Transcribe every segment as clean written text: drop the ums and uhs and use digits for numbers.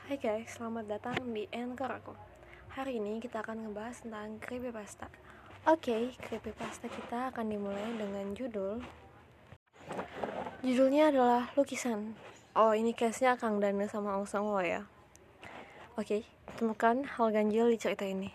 Hai guys, selamat datang di Anchor aku. Hari ini kita akan ngebahas tentang creepypasta. Creepypasta kita akan dimulai dengan Judulnya adalah Lukisan. Oh, ini case-nya Kang Dana sama Ong Seung-woo ya. Temukan hal ganjil di cerita ini.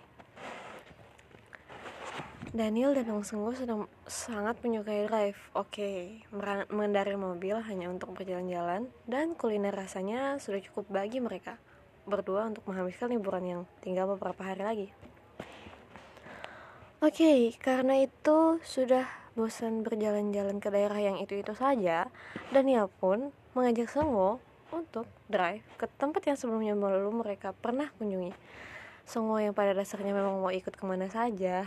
Daniel dan Ong Seung-woo sedang sangat menyukai drive. Mengendarai mobil hanya untuk berjalan-jalan dan kuliner rasanya sudah cukup bagi mereka berdua untuk menghabiskan liburan yang tinggal beberapa hari lagi. Karena itu sudah bosan berjalan-jalan ke daerah yang itu-itu saja, Daniel pun mengajak Seung-woo untuk drive ke tempat yang sebelumnya belum mereka pernah kunjungi. Seung-woo yang pada dasarnya memang mau ikut kemana saja,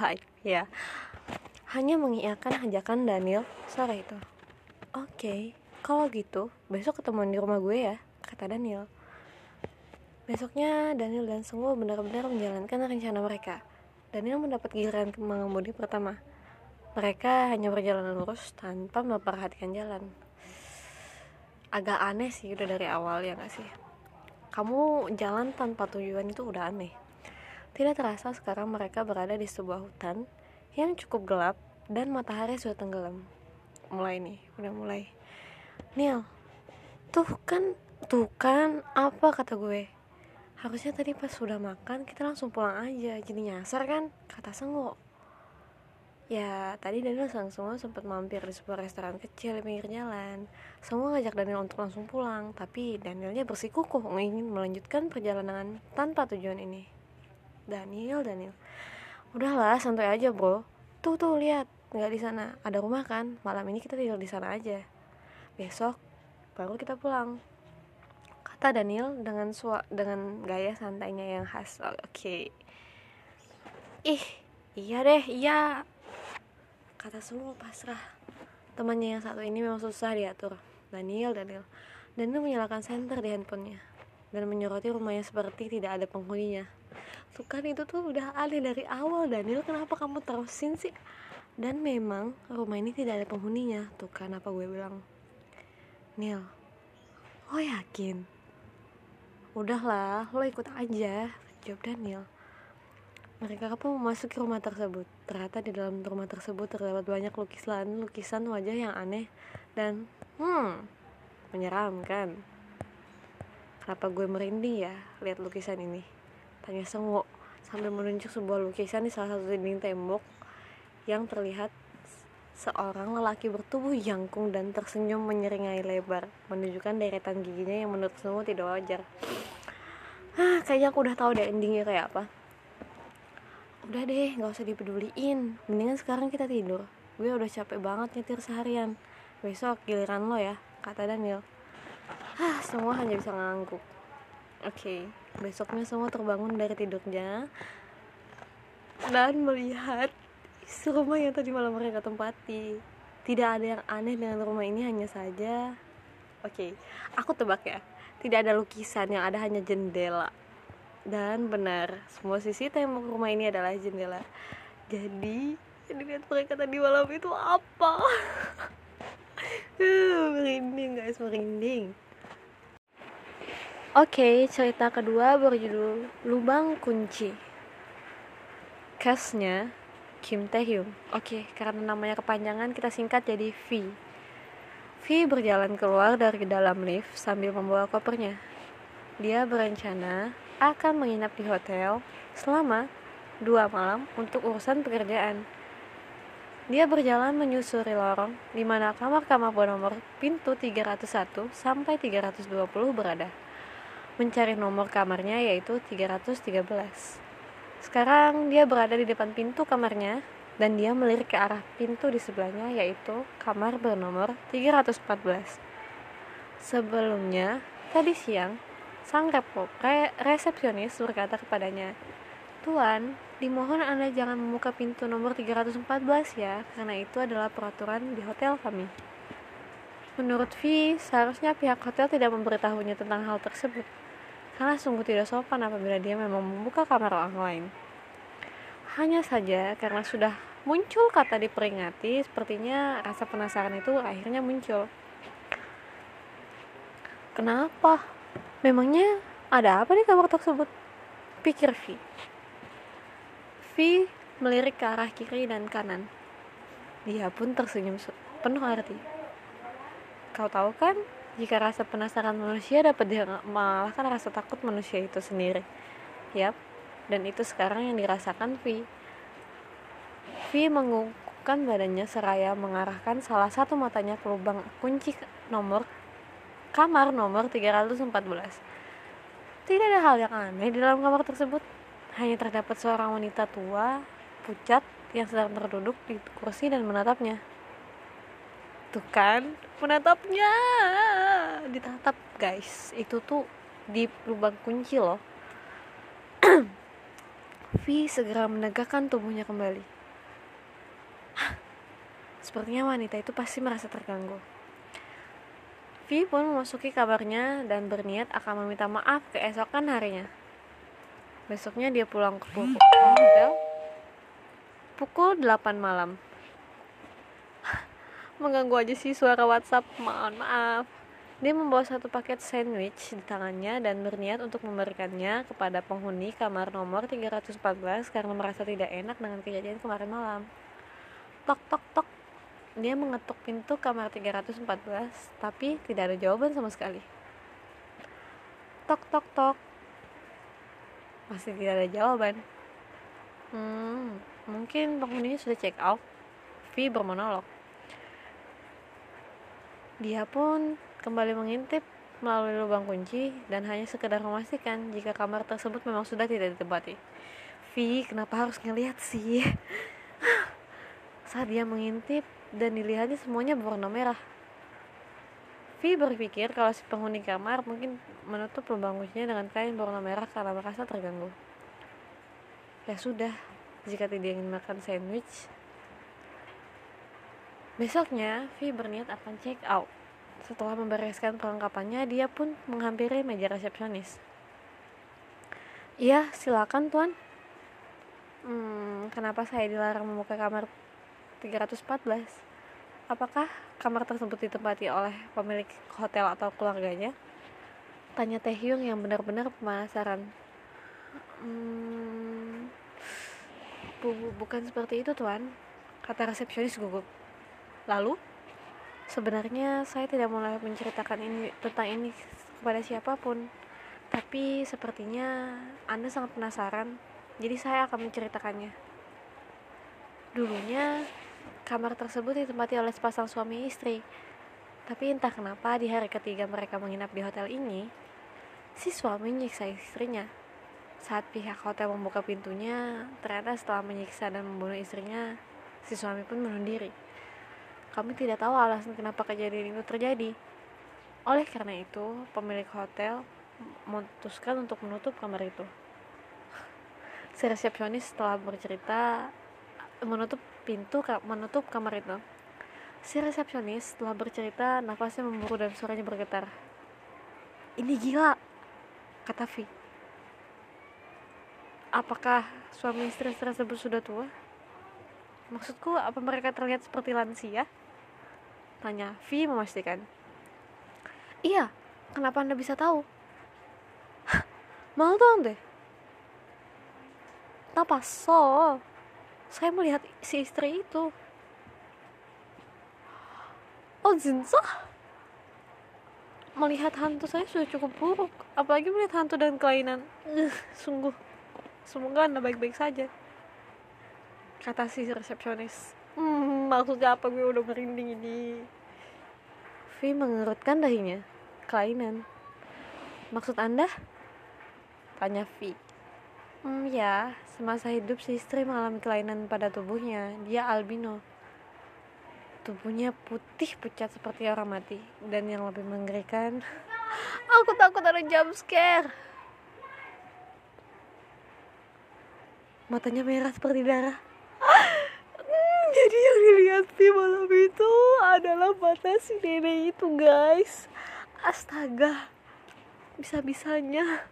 hanya mengiyakan ajakan Daniel sore itu. Kalau gitu besok ketemuan di rumah gue ya, kata Daniel. Besoknya Daniel dan Seung-woo benar-benar menjalankan rencana mereka. Daniel mendapat giliran mengemudi pertama. Mereka hanya berjalan lurus tanpa memperhatikan jalan. Agak aneh sih udah dari awal, ya gak sih? Kamu jalan tanpa tujuan itu udah aneh. Tidak terasa sekarang mereka berada di sebuah hutan yang cukup gelap dan matahari sudah tenggelam. Udah mulai. Neil, tuh kan, apa kata gue? Harusnya tadi pas sudah makan kita langsung pulang aja, jadi nyasar kan, kata Seung-woo. Ya, tadi Daniel sang Seung-woo sempat mampir di sebuah restoran kecil di pinggir jalan. Seung-woo ngajak Daniel untuk langsung pulang, tapi Danielnya bersikukuh ingin melanjutkan perjalanan tanpa tujuan ini. Daniel, udahlah santai aja bro. Tuh lihat, nggak di sana ada rumah kan? Malam ini kita tidur di sana aja. Besok baru kita pulang, kata Daniel dengan gaya santainya yang khas. Iya deh, kata semua pasrah. Temannya yang satu ini memang susah diatur. Daniel menyalakan senter di handphonenya dan menyoroti rumahnya seperti tidak ada penghuninya. Tuh kan, itu tuh udah aneh dari awal. Daniel, kenapa kamu terusin sih? Dan memang rumah ini tidak ada penghuninya. Tuh kan, apa gue bilang. Neil, lo yakin? Udahlah, lo ikut aja, jawab Daniel. Mereka pun memasuki rumah tersebut. Ternyata di dalam rumah tersebut terdapat banyak lukisan wajah yang aneh dan menyeramkan. Kenapa gue merinding ya lihat lukisan ini? Tanya Seung-woo sambil menunjuk sebuah lukisan di salah satu dinding tembok yang terlihat seorang lelaki bertubuh jangkung dan tersenyum menyeringai lebar, menunjukkan deretan giginya yang menurut Seung-woo tidak wajar. Kayaknya aku udah tahu deh endingnya kayak apa. Udah deh, gak usah dipeduliin. Mendingan sekarang kita tidur. Gue udah capek banget nyetir seharian. Besok giliran lo ya, kata Daniel. Semua hanya bisa ngangguk. Besoknya semua terbangun dari tidurnya dan melihat isi rumah yang tadi malam mereka tempati. Tidak ada yang aneh dengan rumah ini, hanya saja aku tebak ya, tidak ada lukisan, yang ada hanya jendela. Dan benar, semua sisi tembok rumah ini adalah jendela. Jadi yang dilihat mereka tadi malam itu apa? Merinding guys, merinding. Cerita kedua berjudul Lubang Kunci. Cast-nya Kim Taehyung. Karena namanya kepanjangan kita singkat jadi V. V berjalan keluar dari dalam lift sambil membawa kopernya. Dia berencana akan menginap di hotel selama 2 malam untuk urusan pekerjaan. Dia berjalan menyusuri lorong di mana kamar-kamar bernomor pintu 301 sampai 320 berada. Mencari nomor kamarnya yaitu 313. Sekarang dia berada di depan pintu kamarnya dan dia melirik ke arah pintu di sebelahnya yaitu kamar bernomor 314. Sebelumnya, tadi siang, sang resepsionis berkata kepadanya, "Tuan, dimohon Anda jangan membuka pintu nomor 314 ya, karena itu adalah peraturan di hotel kami." Menurut V, seharusnya pihak hotel tidak memberitahunya tentang hal tersebut, karena sungguh tidak sopan apabila dia memang membuka kamar orang lain. Hanya saja karena sudah muncul kata diperingati, sepertinya rasa penasaran itu akhirnya muncul. Kenapa? Memangnya Ada apa di kamar tersebut? Pikir Vi. Vi melirik ke arah kiri dan kanan. Dia pun tersenyum penuh arti. Kau tahu kan, jika rasa penasaran manusia dapat mengalahkan rasa takut manusia itu sendiri. Yap, dan itu sekarang yang dirasakan Vi. Vi mengukuhkan badannya seraya mengarahkan salah satu matanya ke lubang kunci kamar nomor 314. Tidak ada hal yang aneh di dalam kamar tersebut. Hanya terdapat seorang wanita tua, pucat, yang sedang terduduk di kursi dan menatapnya. Tuh kan, menatapnya. Ditatap guys, itu tuh di lubang kunci loh. Vi segera menegakkan tubuhnya kembali. Sepertinya wanita itu pasti merasa terganggu. Vi pun memasuki kamarnya dan berniat akan meminta maaf keesokan harinya. Besoknya dia pulang ke hotel pukul 8 malam. Mengganggu aja sih suara WhatsApp, maaf. Dia membawa satu paket sandwich di tangannya dan berniat untuk memberikannya kepada penghuni kamar nomor 314 karena merasa tidak enak dengan kejadian kemarin malam. Tok tok tok. Dia mengetuk pintu kamar 314, tapi tidak ada jawaban sama sekali. Tok tok tok. Masih tidak ada jawaban. Mungkin penghuninya sudah check out. Vi bermonolog. Dia pun kembali mengintip melalui lubang kunci dan hanya sekedar memastikan jika kamar tersebut memang sudah tidak ditempati. Vi, kenapa harus ngeliat sih? Saat dia mengintip dan dilihatnya semuanya berwarna merah. Vi berpikir kalau si penghuni kamar mungkin menutup lubang kuncinya dengan kain berwarna merah karena merasa terganggu. Ya sudah, jika tidak ingin makan sandwich. Besoknya, Vi berniat akan check out. Setelah membereskan perlengkapannya, dia pun menghampiri meja resepsionis. Iya, silakan tuan. Kenapa saya dilarang membuka kamar 314? Apakah kamar tersebut ditempati oleh pemilik hotel atau keluarganya? Tanya Taehyung yang benar-benar penasaran. Bukan seperti itu tuan, kata resepsionis gugup. Lalu, sebenarnya saya tidak mau menceritakan tentang ini kepada siapapun, tapi sepertinya Anda sangat penasaran, jadi saya akan menceritakannya. Dulunya kamar tersebut ditempati oleh sepasang suami istri, tapi entah kenapa di hari ketiga mereka menginap di hotel ini, si suami menyiksa istrinya. Saat pihak hotel membuka pintunya, ternyata setelah menyiksa dan membunuh istrinya, si suami pun bunuh diri. Kami tidak tahu alasan kenapa kejadian itu terjadi. Oleh karena itu, pemilik hotel memutuskan untuk menutup kamar itu. Si resepsionis setelah bercerita menutup kamar itu. Si resepsionis setelah bercerita, nafasnya memburu dan suaranya bergetar. Ini gila, kata Vi. Apakah suami istri tersebut sudah tua? Maksudku, apa mereka terlihat seperti lansia? Tanya Vi memastikan. Iya, kenapa Anda bisa tahu? Mau tahu deh. So, saya melihat si istri itu. Oh, 진짜? Melihat hantu saya sudah cukup buruk, apalagi melihat hantu dan kelainan. Sungguh. Semoga Anda baik-baik saja, kata si resepsionis. Maksudnya apa, gue udah merinding ini. Vi mengerutkan dahinya. Kelainan? Maksud Anda? Tanya Vi. Ya, semasa hidup si istri mengalami kelainan pada tubuhnya. Dia albino. Tubuhnya putih pucat seperti orang mati. Dan yang lebih mengerikan, aku takut ada jump scare. Matanya merah seperti darah. Jadi yang dilihat di malam itu adalah mata si nenek itu, guys. Astaga, bisa-bisanya.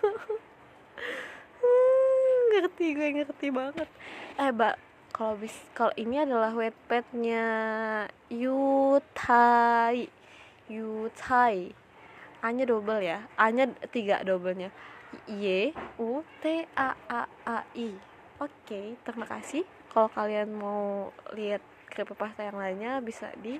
Ngerti banget. Kalau ini adalah wetpadnya Yutai. A-nya double ya, A-nya 3 doublenya. YUTAAAI. Oke, terima kasih. Kalau kalian mau lihat creepypasta yang lainnya bisa di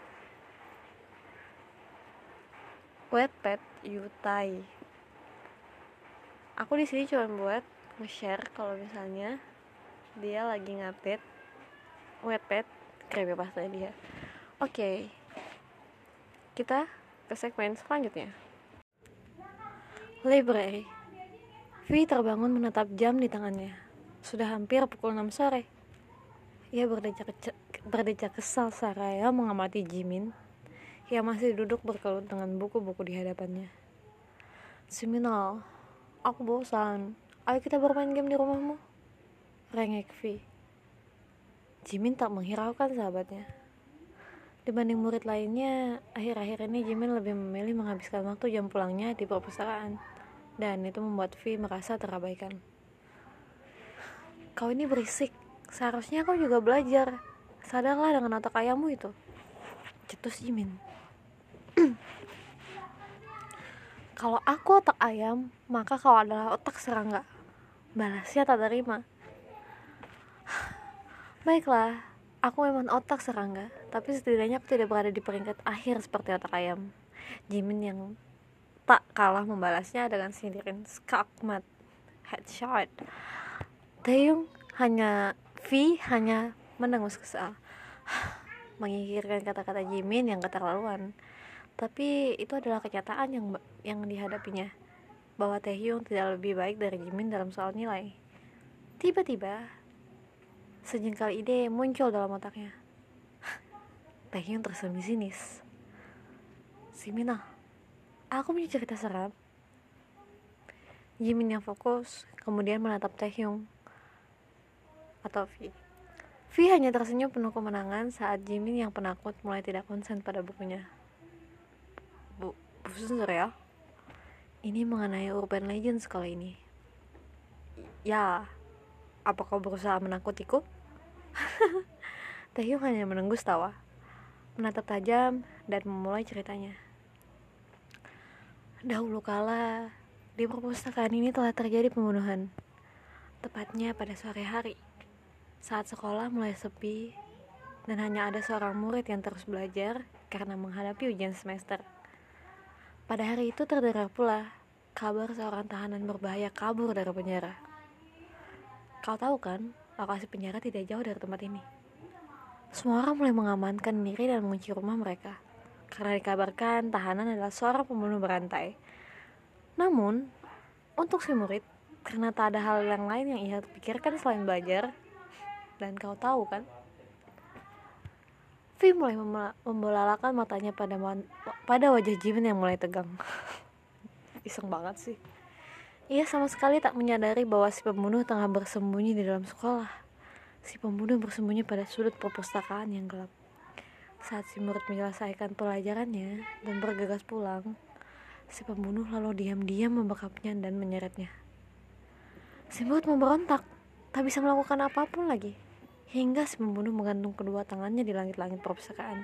Wattpad Yutai. Aku di sini cuma buat nge-share kalau misalnya dia lagi ngupdate Wattpad creepypasta dia. Oke. Kita ke segmen selanjutnya. Library. Vi terbangun menatap jam di tangannya. Sudah hampir pukul 6 sore. Ia berdecak kesal saraya mengamati Jimin yang masih duduk berkelut dengan buku-buku di hadapannya. Siminal, aku bosan. Ayo kita bermain game di rumahmu. Rengek Vi. Jimin tak menghiraukan sahabatnya. Dibanding murid lainnya, akhir-akhir ini Jimin lebih memilih menghabiskan waktu jam pulangnya di perpustakaan. Dan itu membuat Vi merasa terabaikan. Kau ini berisik. Seharusnya kau juga belajar. Sadarlah dengan otak ayammu itu. Cetus Jimin. Kalau aku otak ayam, maka kau adalah otak serangga. Balasnya tak terima. Baiklah, aku memang otak serangga, tapi setidaknya aku tidak berada di peringkat akhir seperti otak ayam. Jimin yang tak kalah membalasnya dengan sindiran skakmat headshot. Taeyong V hanya menengus kesal, mengikirkan kata-kata Jimin yang keterlaluan. Tapi itu adalah kenyataan yang dihadapinya, bahwa Taehyung tidak lebih baik dari Jimin dalam soal nilai. Tiba-tiba sejengkal ide muncul dalam otaknya. Taehyung tersenyum sinis. Simina, aku punya cerita seram. Jimin yang fokus kemudian menatap Taehyung atau V. V hanya tersenyum penuh kemenangan saat Jimin yang penakut mulai tidak konsen pada bukunya. Bosan ya? Ini mengenai urban legend sekolah ini. Ya, apa kau berusaha menakutiku? Taehyung hanya menenggus tawa, menatap tajam dan memulai ceritanya. Dahulu kala, di perpustakaan ini telah terjadi pembunuhan. Tepatnya pada sore hari, saat sekolah mulai sepi dan hanya ada seorang murid yang terus belajar karena menghadapi ujian semester. Pada hari itu terdengar pula kabar seorang tahanan berbahaya kabur dari penjara. Kau tahu kan, lokasi penjara tidak jauh dari tempat ini. Semua orang mulai mengamankan diri dan mengunci rumah mereka, karena dikabarkan tahanan adalah seorang pembunuh berantai. Namun, untuk si murid, karena tak ada hal yang lain yang ia pikirkan selain belajar, dan kau tahu kan, Vi mulai membolalakan matanya pada wajah Jimin yang mulai tegang. Iseng banget sih. Ia sama sekali tak menyadari bahwa si pembunuh tengah bersembunyi di dalam sekolah. Si pembunuh bersembunyi pada sudut perpustakaan yang gelap. Saat si murid menyelesaikan pelajarannya dan bergegas pulang, si pembunuh lalu diam-diam membekapnya dan menyeretnya. Si murid memberontak, tak bisa melakukan apapun lagi, hingga si pembunuh menggantung kedua tangannya di langit-langit perpustakaan.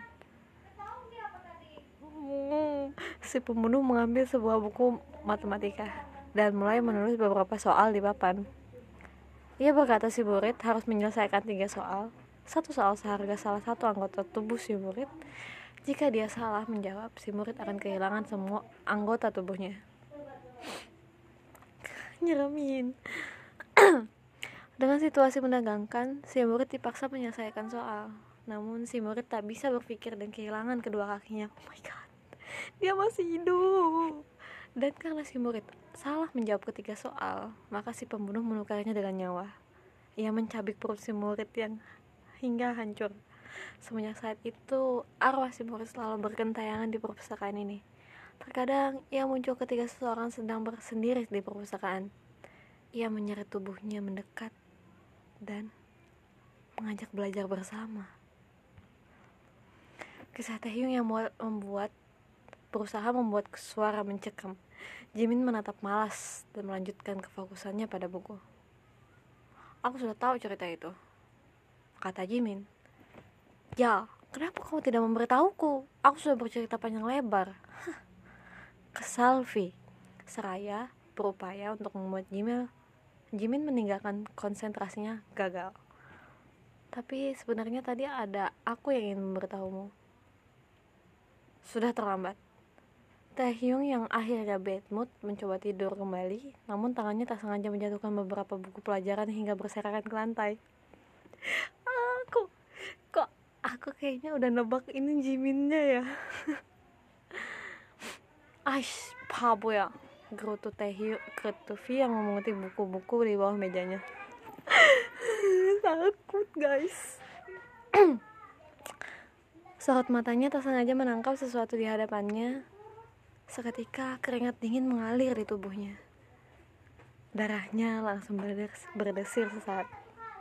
Si pembunuh mengambil sebuah buku matematika dan mulai menulis beberapa soal di papan. Ia berkata si murid harus menyelesaikan 3 soal. Satu soal seharga salah satu anggota tubuh si murid. Jika dia salah menjawab, si murid akan kehilangan semua anggota tubuhnya. Nyeremin. Dengan situasi menegangkan, si murid dipaksa menyelesaikan soal. Namun si murid tak bisa berpikir dan kehilangan kedua kakinya. Oh my god, dia masih hidup. Dan karena si murid salah menjawab ketiga soal, maka si pembunuh menukarnya dengan nyawa. Ia mencabik perut si murid yang hingga hancur. Semenjak saat itu, arwah si murid selalu bergentayangan di perpustakaan ini. Terkadang ia muncul ketika seseorang sedang bersendiri di perpustakaan. Ia menyeret tubuhnya mendekat dan mengajak belajar bersama. Kisah Taehyung yang berusaha membuat suara mencekam. Jimin menatap malas dan melanjutkan kefokusannya pada buku. Aku sudah tahu cerita itu, kata Jimin. Ya, kenapa kamu tidak memberitahuku? Aku sudah bercerita panjang lebar. Kesal V. Seraya berupaya untuk membuat Jimin meninggalkan konsentrasinya gagal. Tapi sebenarnya tadi ada aku yang ingin memberitahumu. Sudah terlambat. Taehyung yang akhirnya bad mood mencoba tidur kembali, namun tangannya tak sengaja menjatuhkan beberapa buku pelajaran hingga berserakan ke lantai. Kok aku kayaknya udah nebak ini Jiminnya ya. Aish, pabo ya. Gerutu V yang memunguti buku-buku di bawah mejanya. Takut guys. Sorot matanya tak sengaja menangkap sesuatu di hadapannya. Seketika keringat dingin mengalir di tubuhnya. Darahnya langsung berdesir sesaat.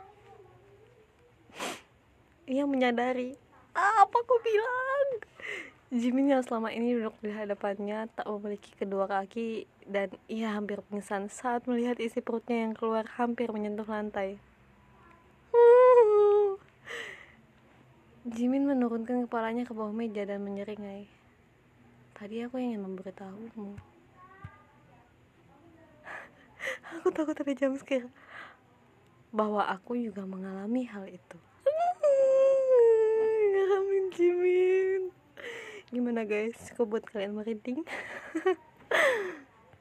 Ia menyadari, apa aku bilang? Jimin yang selama ini duduk di hadapannya tak memiliki kedua kaki, dan ia hampir pingsan saat melihat isi perutnya yang keluar hampir menyentuh lantai. Jimin menurunkan kepalanya ke bawah meja dan menyeringai. Tadi aku ingin memberitahumu. Aku takut ada jumpscare. Bahwa aku juga mengalami hal itu. Ngalamin Jimin. Gimana guys? Kok buat kalian merinding?